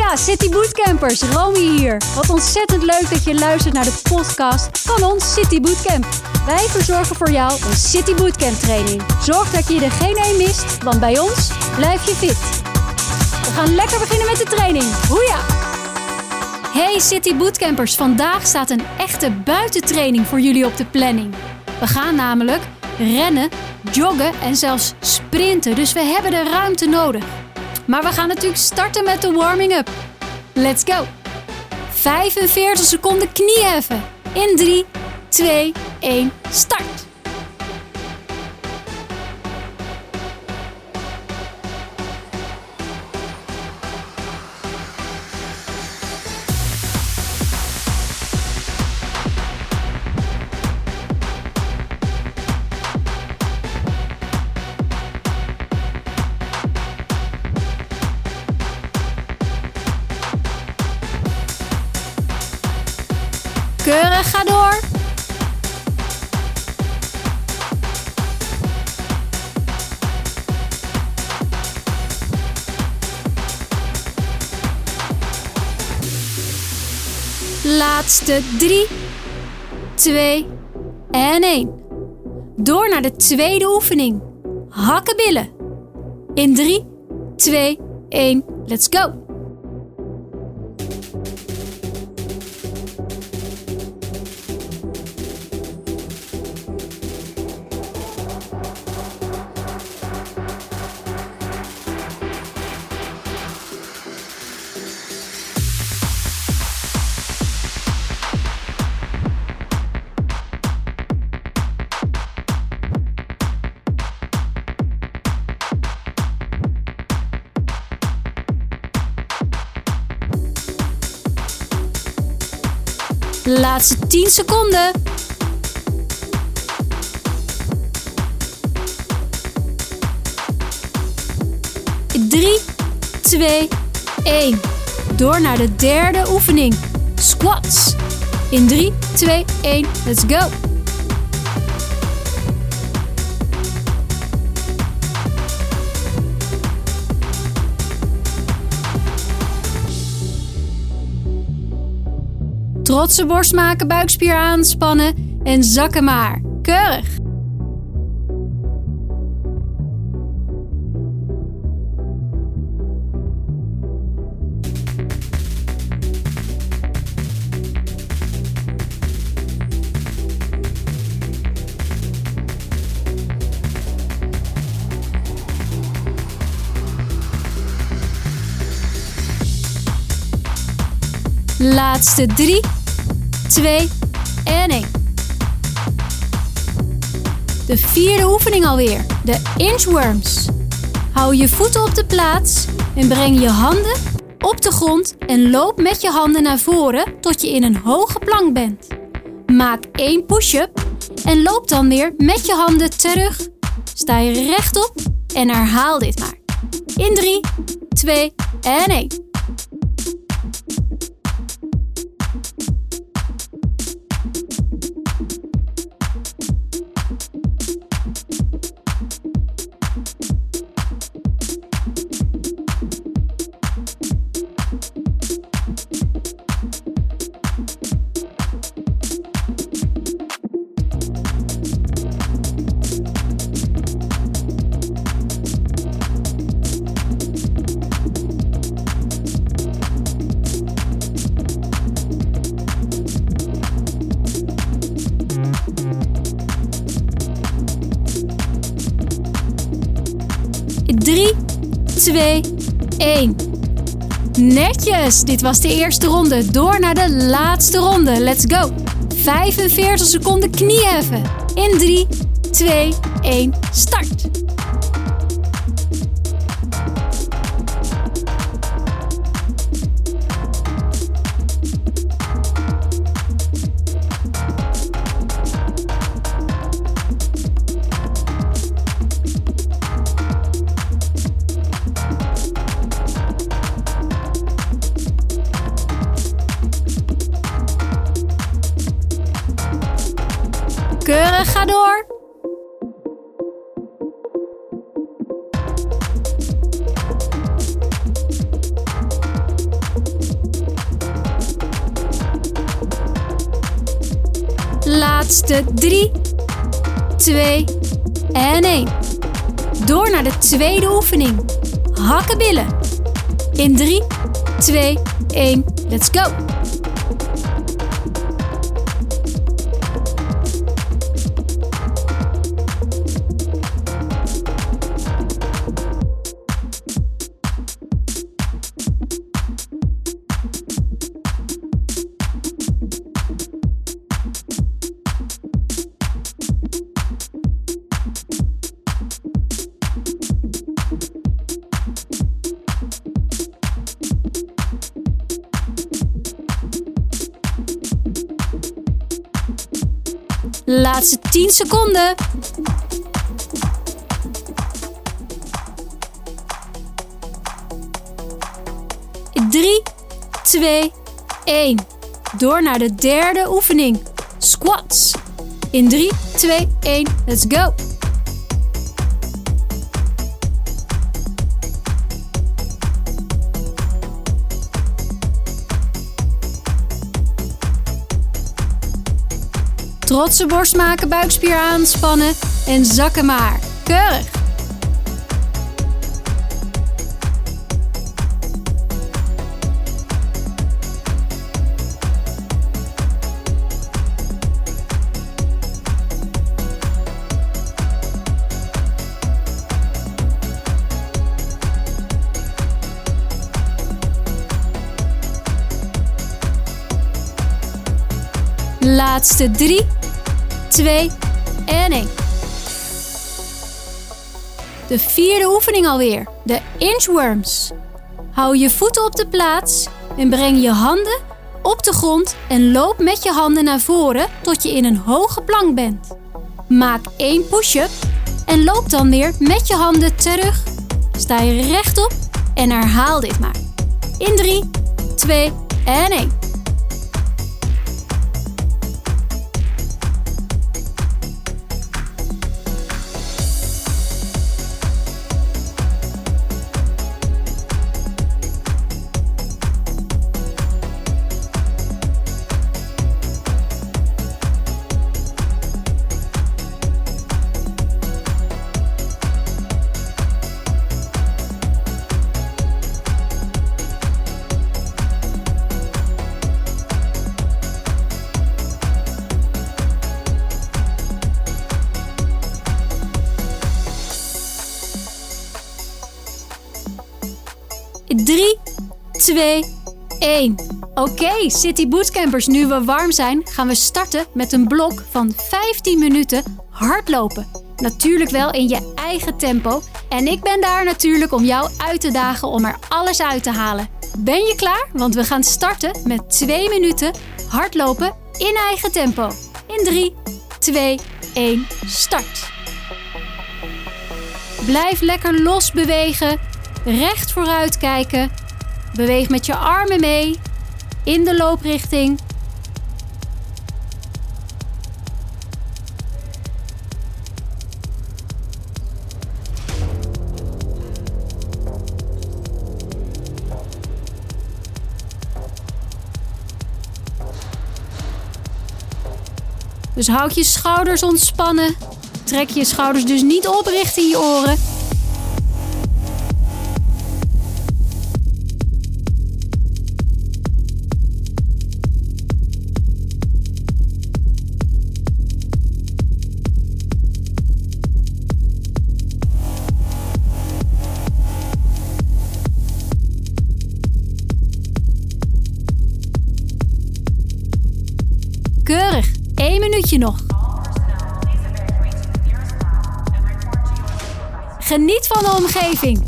Ja, City Bootcampers, Romy hier. Wat ontzettend leuk dat je luistert naar de podcast van ons City Bootcamp. Wij verzorgen voor jou een City Bootcamp training. Zorg dat je er geen één mist, want bij ons blijf je fit. We gaan lekker beginnen met de training. Hoeja! Hey City Bootcampers, vandaag staat een echte buitentraining voor jullie op de planning. We gaan namelijk rennen, joggen en zelfs sprinten, dus we hebben de ruimte nodig. Maar we gaan natuurlijk starten met de warming-up. Let's go! 45 seconden knieheffen. In 3, 2, 1, start! Keurig, ga door. Laatste 3, 2 en 1. Door naar de tweede oefening. Hakkenbillen. In 3, 2, 1, let's go. Laatste 10 seconden. In 3, 2, 1. Door naar de derde oefening. Squats. In 3, 2, 1. Let's go. Trotse borst maken, buikspier aanspannen en zakken maar. Keurig! Laatste 3, 2 en 1. De vierde oefening alweer, de inchworms. Hou je voeten op de plaats en breng je handen op de grond en loop met je handen naar voren tot je in een hoge plank bent. Maak 1 push-up en loop dan weer met je handen terug. Sta je rechtop en herhaal dit maar. In 3, 2 en 1. In 3, 2, 1. Netjes! Dit was de eerste ronde. Door naar de laatste ronde. Let's go! 45 seconden knieheffen. In 3, 2, 1, start! Keurig, ga door. Laatste 3, 2 en 1. Door naar de tweede oefening. Hakkenbillen. In 3, 2, 1, let's go! Laatste 10 seconden. In 3, 2, 1. Door naar de derde oefening. Squats. In 3, 2, 1, let's go! Trotse borst maken, buikspier aanspannen en zakken maar. Keurig! Laatste 3, 2 en 1. De vierde oefening alweer, de inchworms. Hou je voeten op de plaats en breng je handen op de grond en loop met je handen naar voren tot je in een hoge plank bent. Maak 1 push-up en loop dan weer met je handen terug. Sta je rechtop en herhaal dit maar. In 3, 2 en 1. In 3, 2, 1. Oké, City Bootcampers, nu we warm zijn, gaan we starten met een blok van 15 minuten hardlopen. Natuurlijk wel in je eigen tempo. En ik ben daar natuurlijk om jou uit te dagen om er alles uit te halen. Ben je klaar? Want we gaan starten met 2 minuten hardlopen in eigen tempo. In 3, 2, 1, start. Blijf lekker los bewegen. Recht vooruit kijken. Beweeg met je armen mee. In de looprichting. Dus houd je schouders ontspannen. Trek je schouders dus niet op richting je oren. Keurig, 1 minuutje nog. Geniet van de omgeving.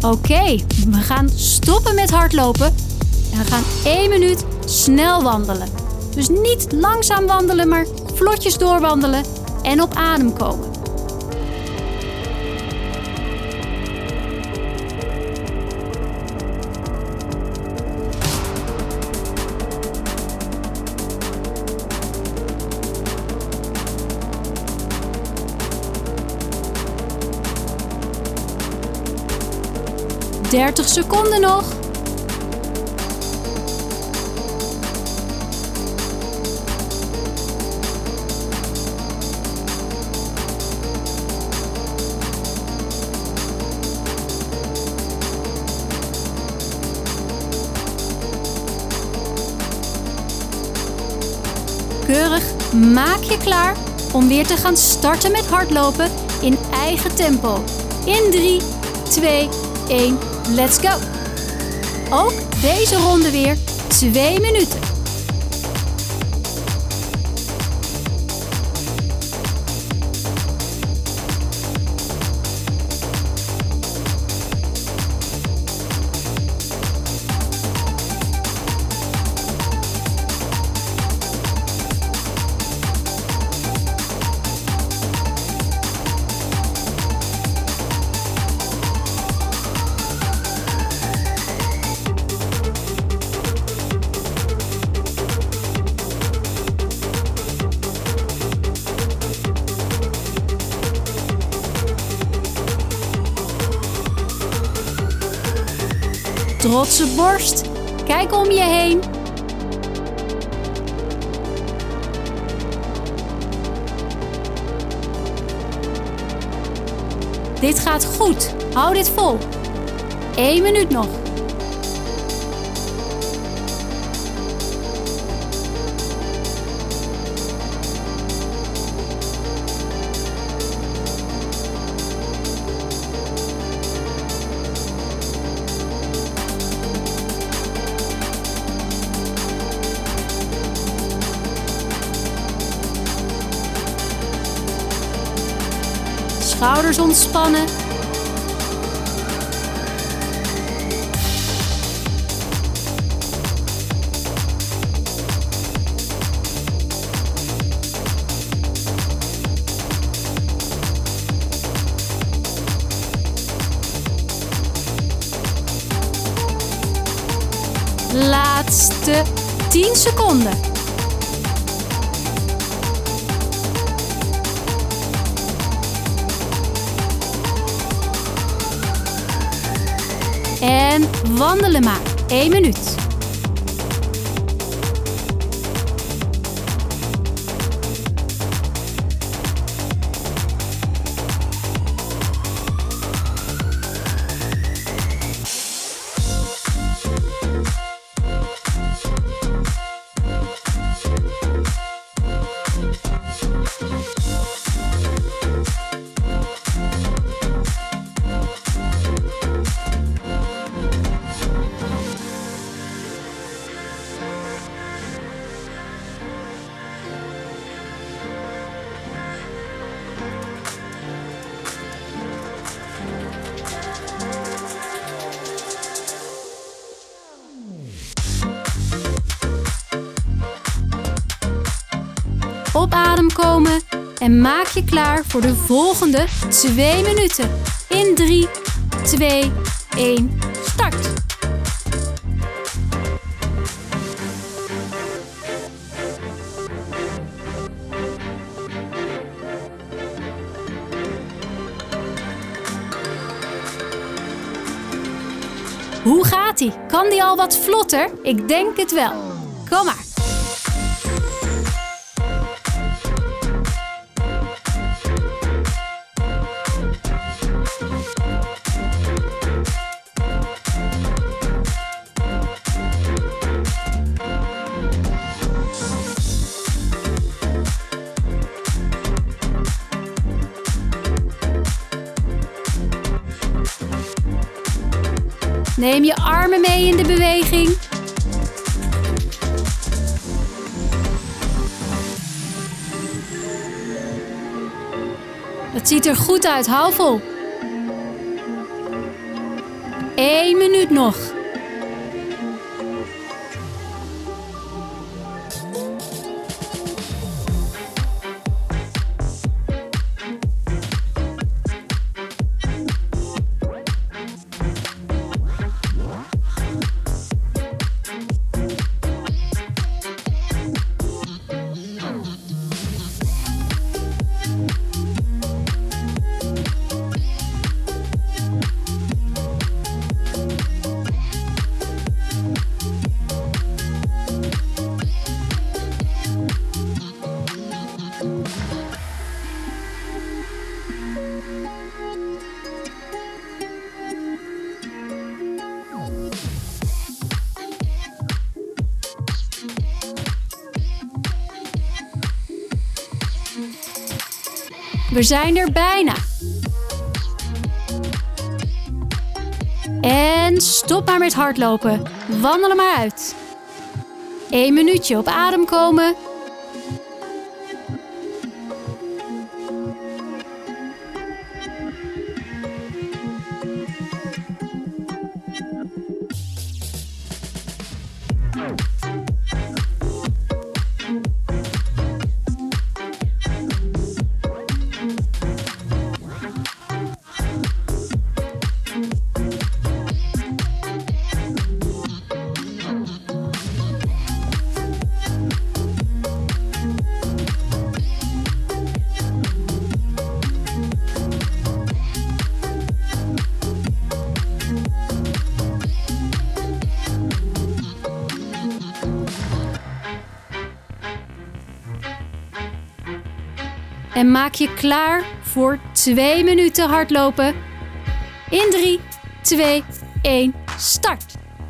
Oké, we gaan stoppen met hardlopen en we gaan 1 minuut snel wandelen. Dus niet langzaam wandelen, maar vlotjes doorwandelen en op adem komen. ...30 seconden nog. Keurig, maak je klaar om weer te gaan starten met hardlopen in eigen tempo. In 3, 2, 1, let's go! Ook deze ronde weer 2 minuten. Trotse borst, kijk om je heen. Dit gaat goed, hou dit vol. 1 minuut nog. Schouders ontspannen. Laatste 10 seconden. En wandelen maar. 1 minuut. Op adem komen en maak je klaar voor de volgende 2 minuten. In 3, 2, 1, start! Hoe gaat-ie? Kan die al wat vlotter? Ik denk het wel. Kom maar! Neem je armen mee in de beweging. Het ziet er goed uit, hou vol. 1 minuut nog. We zijn er bijna. En stop maar met hardlopen. Wandel er maar uit. 1 minuutje op adem komen. En maak je klaar voor 2 minuten hardlopen. In 3, 2, 1, start!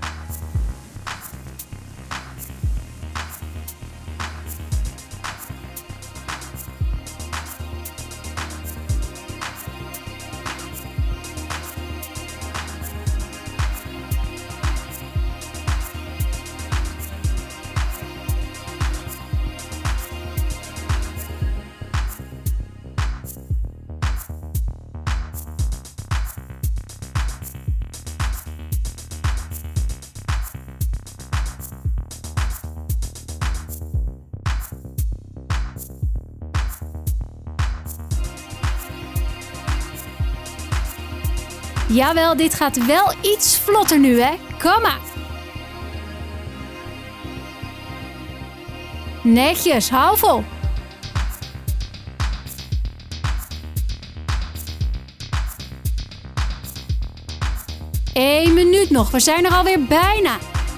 Jawel, dit gaat wel iets vlotter nu, hè? Kom maar! Netjes, hou vol! 1 minuut nog, we zijn er alweer bijna!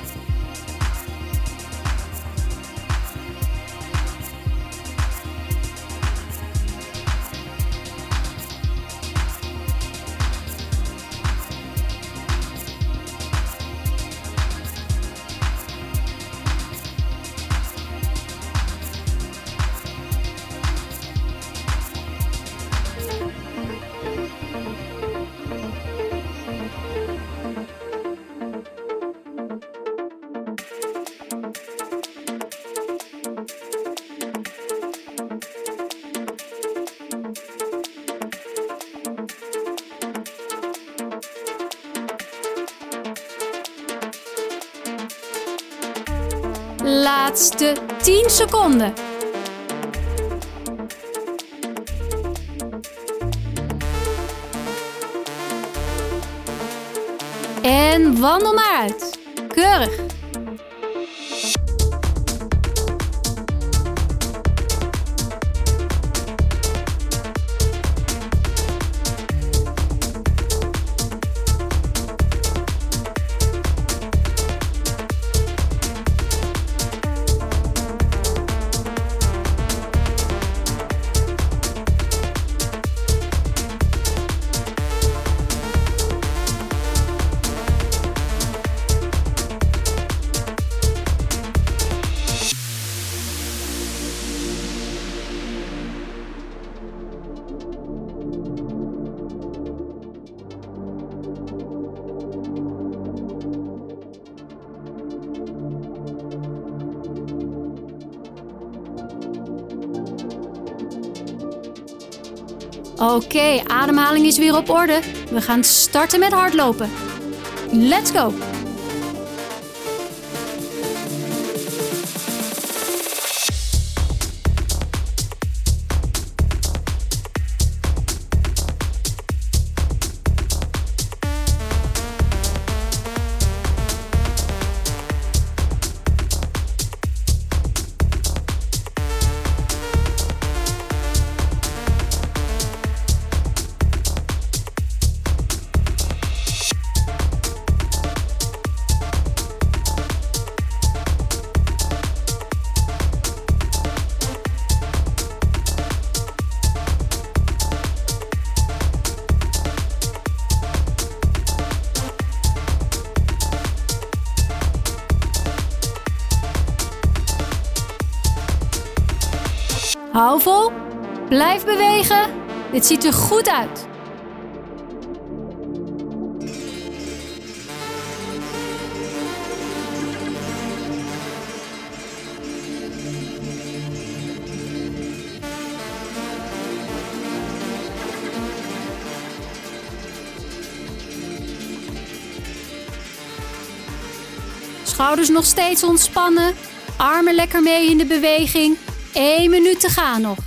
Laatste 10 seconden. En wandel maar uit. Keurig. Oké, ademhaling is weer op orde. We gaan starten met hardlopen. Let's go! Hou vol, blijf bewegen, dit ziet er goed uit. Schouders nog steeds ontspannen, armen lekker mee in de beweging. 1 minuut te gaan nog.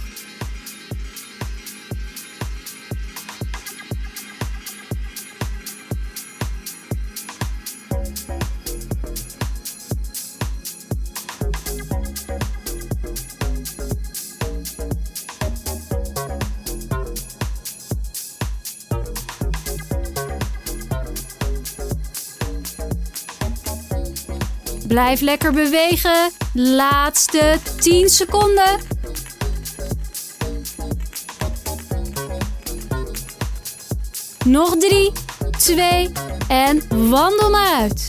Blijf lekker bewegen. Laatste 10 seconden. Nog 3, 2 en wandel maar uit.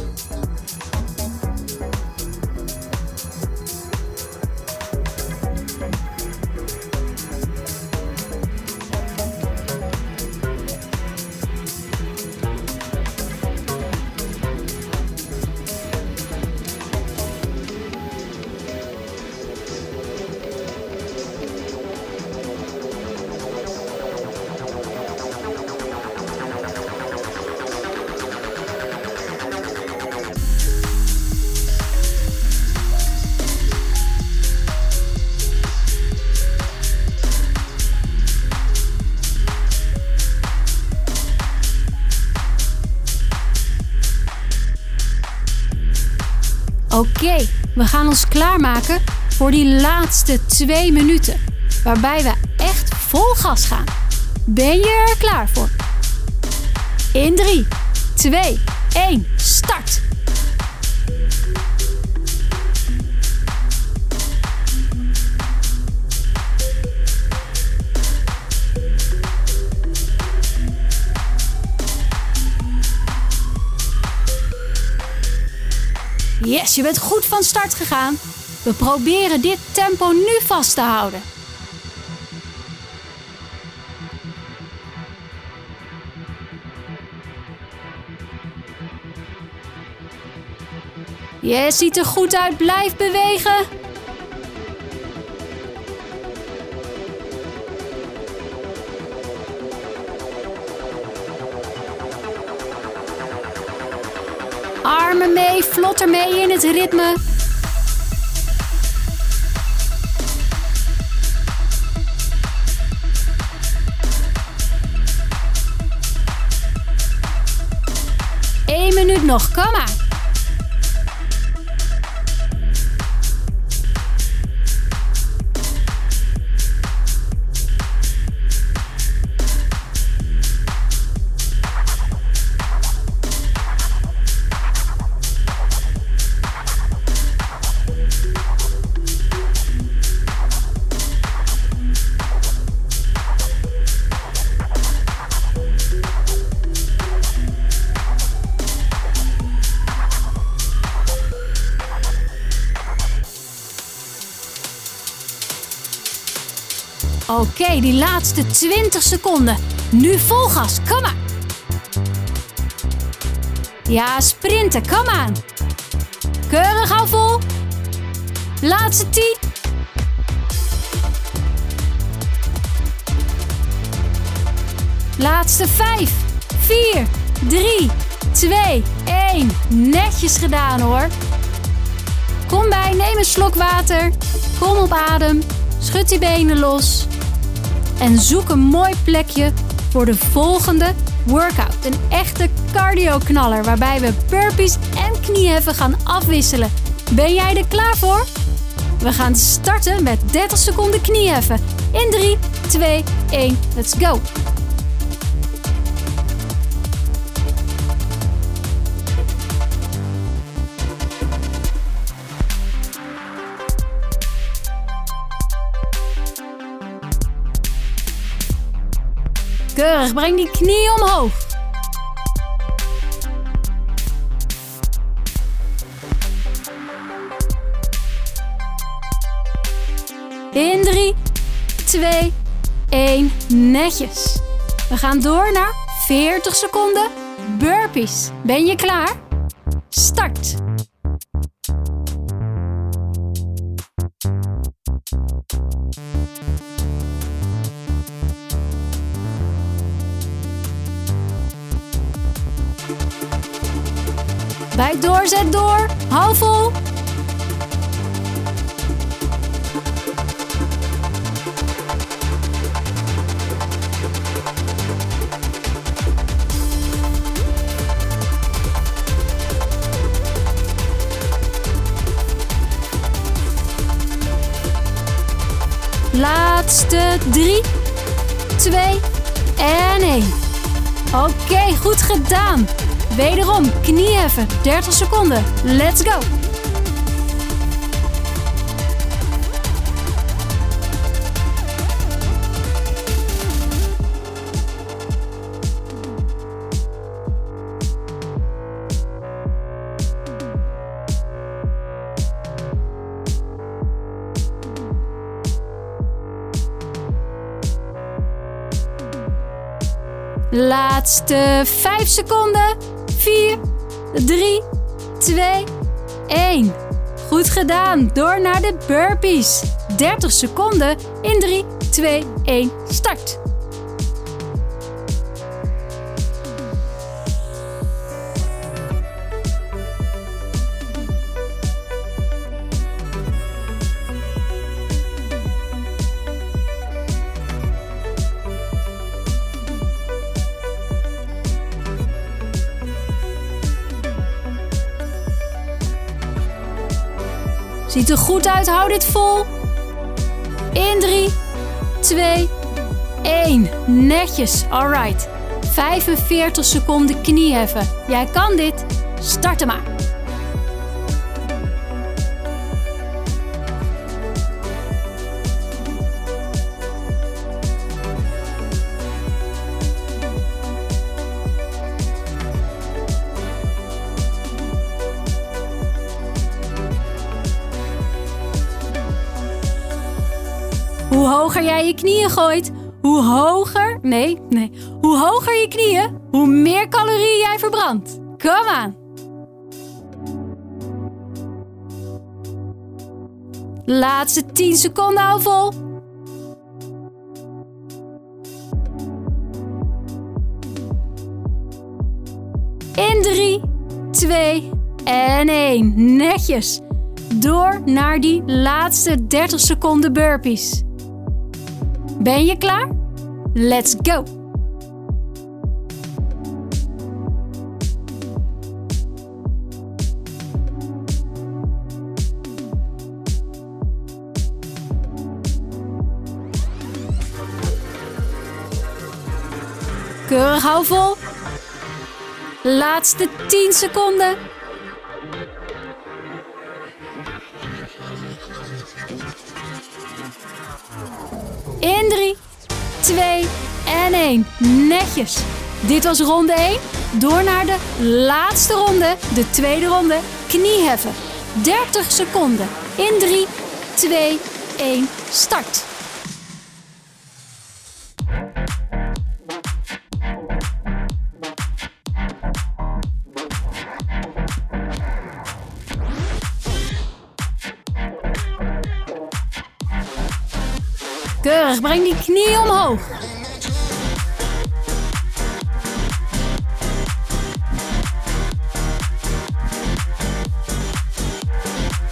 Oké, we gaan ons klaarmaken voor die laatste 2 minuten. Waarbij we echt vol gas gaan. Ben je er klaar voor? In 3, 2, 1, start! Yes, je bent goed van start gegaan. We proberen dit tempo nu vast te houden. Je ziet er goed uit, blijf bewegen. Armen mee, vlotter mee in het ritme. Eén minuut nog, kom maar. Oké, die laatste 20 seconden. Nu vol gas, kom maar. Ja, sprinten, kom aan. Keurig, hou vol. Laatste 10. Laatste 5, 4, 3, 2, 1. Netjes gedaan hoor. Kom bij, neem een slok water. Kom op adem. Schud die benen los. En zoek een mooi plekje voor de volgende workout. Een echte cardio-knaller waarbij we burpees en knieheffen gaan afwisselen. Ben jij er klaar voor? We gaan starten met 30 seconden knieheffen. In 3, 2, 1, let's go! Keurig, breng die knie omhoog. In 3, 2, 1, netjes. We gaan door naar 40 seconden burpees. Ben je klaar? Start! Buik door, zet door. Hou vol. Laatste 3, 2 en 1. Oké, goed gedaan. Wederom, knieheffen, 30 seconden. Let's go! Laatste 5 seconden. 4, 3, 2, 1. Goed gedaan. Door naar de burpees. 30 seconden. In 3, 2, 1. Start. Ziet er goed uit, hou dit vol. In 3, 2, 1. Netjes, alright. 45 seconden knieheffen. Jij kan dit. Starten maar. Hoe hoger jij je knieën gooit, hoe hoger je knieën, hoe meer calorieën jij verbrandt. Kom aan! Laatste 10 seconden, hou vol. In 3, 2 en 1. Netjes. Door naar die laatste 30 seconden burpees. Ben je klaar? Let's go! Keurig, hou vol. Laatste 10 seconden. In 3, 2 en 1. Netjes. Dit was ronde 1. Door naar de laatste ronde, de tweede ronde, knieheffen. 30 seconden. In 3, 2, 1, start. Keurig, breng die knie omhoog.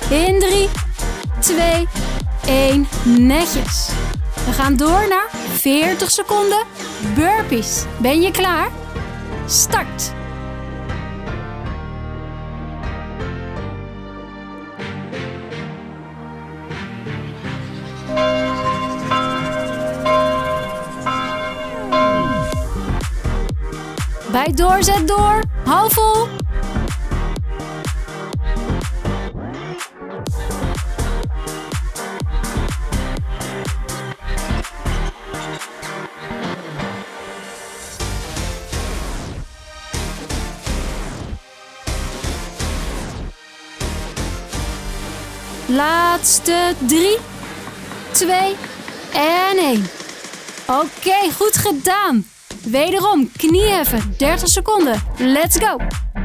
In 3, 2, 1. Netjes. We gaan door naar 40 seconden burpees. Ben je klaar? Start. Bij doorzet door. Hou vol. Laatste 3, 2 en 1. Oké, goed gedaan. Wederom knieheffen, 30 seconden. Let's go.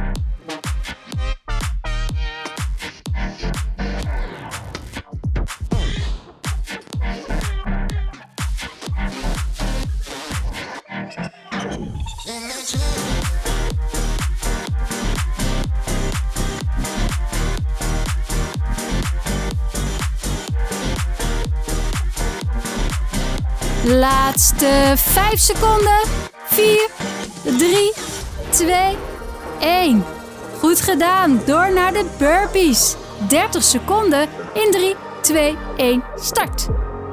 Laatste 5 seconden. 4, 3, 2, 1. Goed gedaan. Door naar de burpees. 30 seconden in 3, 2, 1. Start.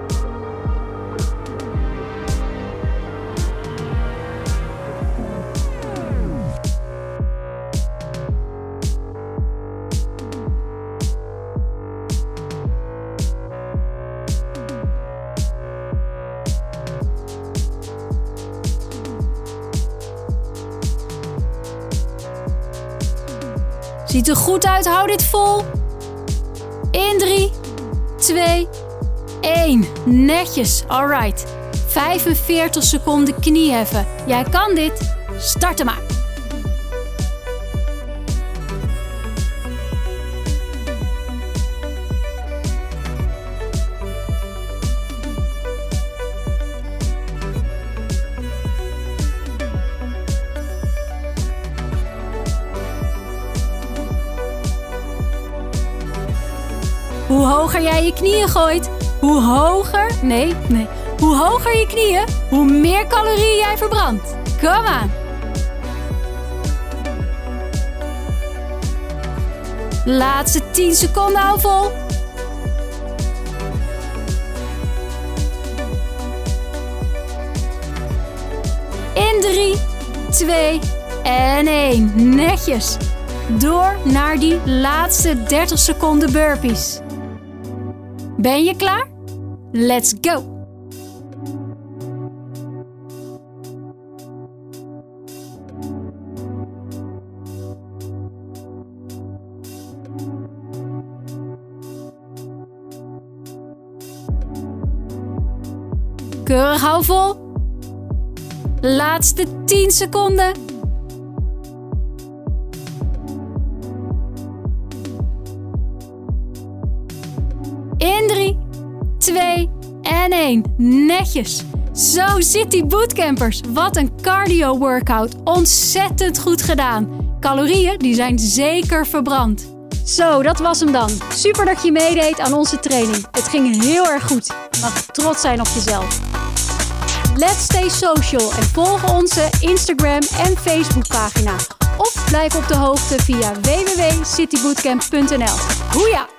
Ziet er goed uit, hou dit vol. In 3, 2, 1. Netjes, alright. 45 seconden knieheffen. Jij kan dit. Starten maar. Hoe hoger jij je knieën gooit, hoe hoger je knieën, hoe meer calorieën jij verbrandt. Kom aan. Laatste 10 seconden, hou vol. In 3, 2 en 1. Netjes. Door naar die laatste 30 seconden burpees. Ben je klaar? Let's go! Keurig, hou vol. Laatste 10 seconden. In 3, 2 en 1. Netjes. Zo zit die bootcampers. Wat een cardio workout. Ontzettend goed gedaan. Calorieën die zijn zeker verbrand. Zo, dat was hem dan. Super dat je meedeed aan onze training. Het ging heel erg goed. Je mag trots zijn op jezelf. Let's stay social en volg onze Instagram en Facebook pagina. Of blijf op de hoogte via www.citybootcamp.nl. Hoeja!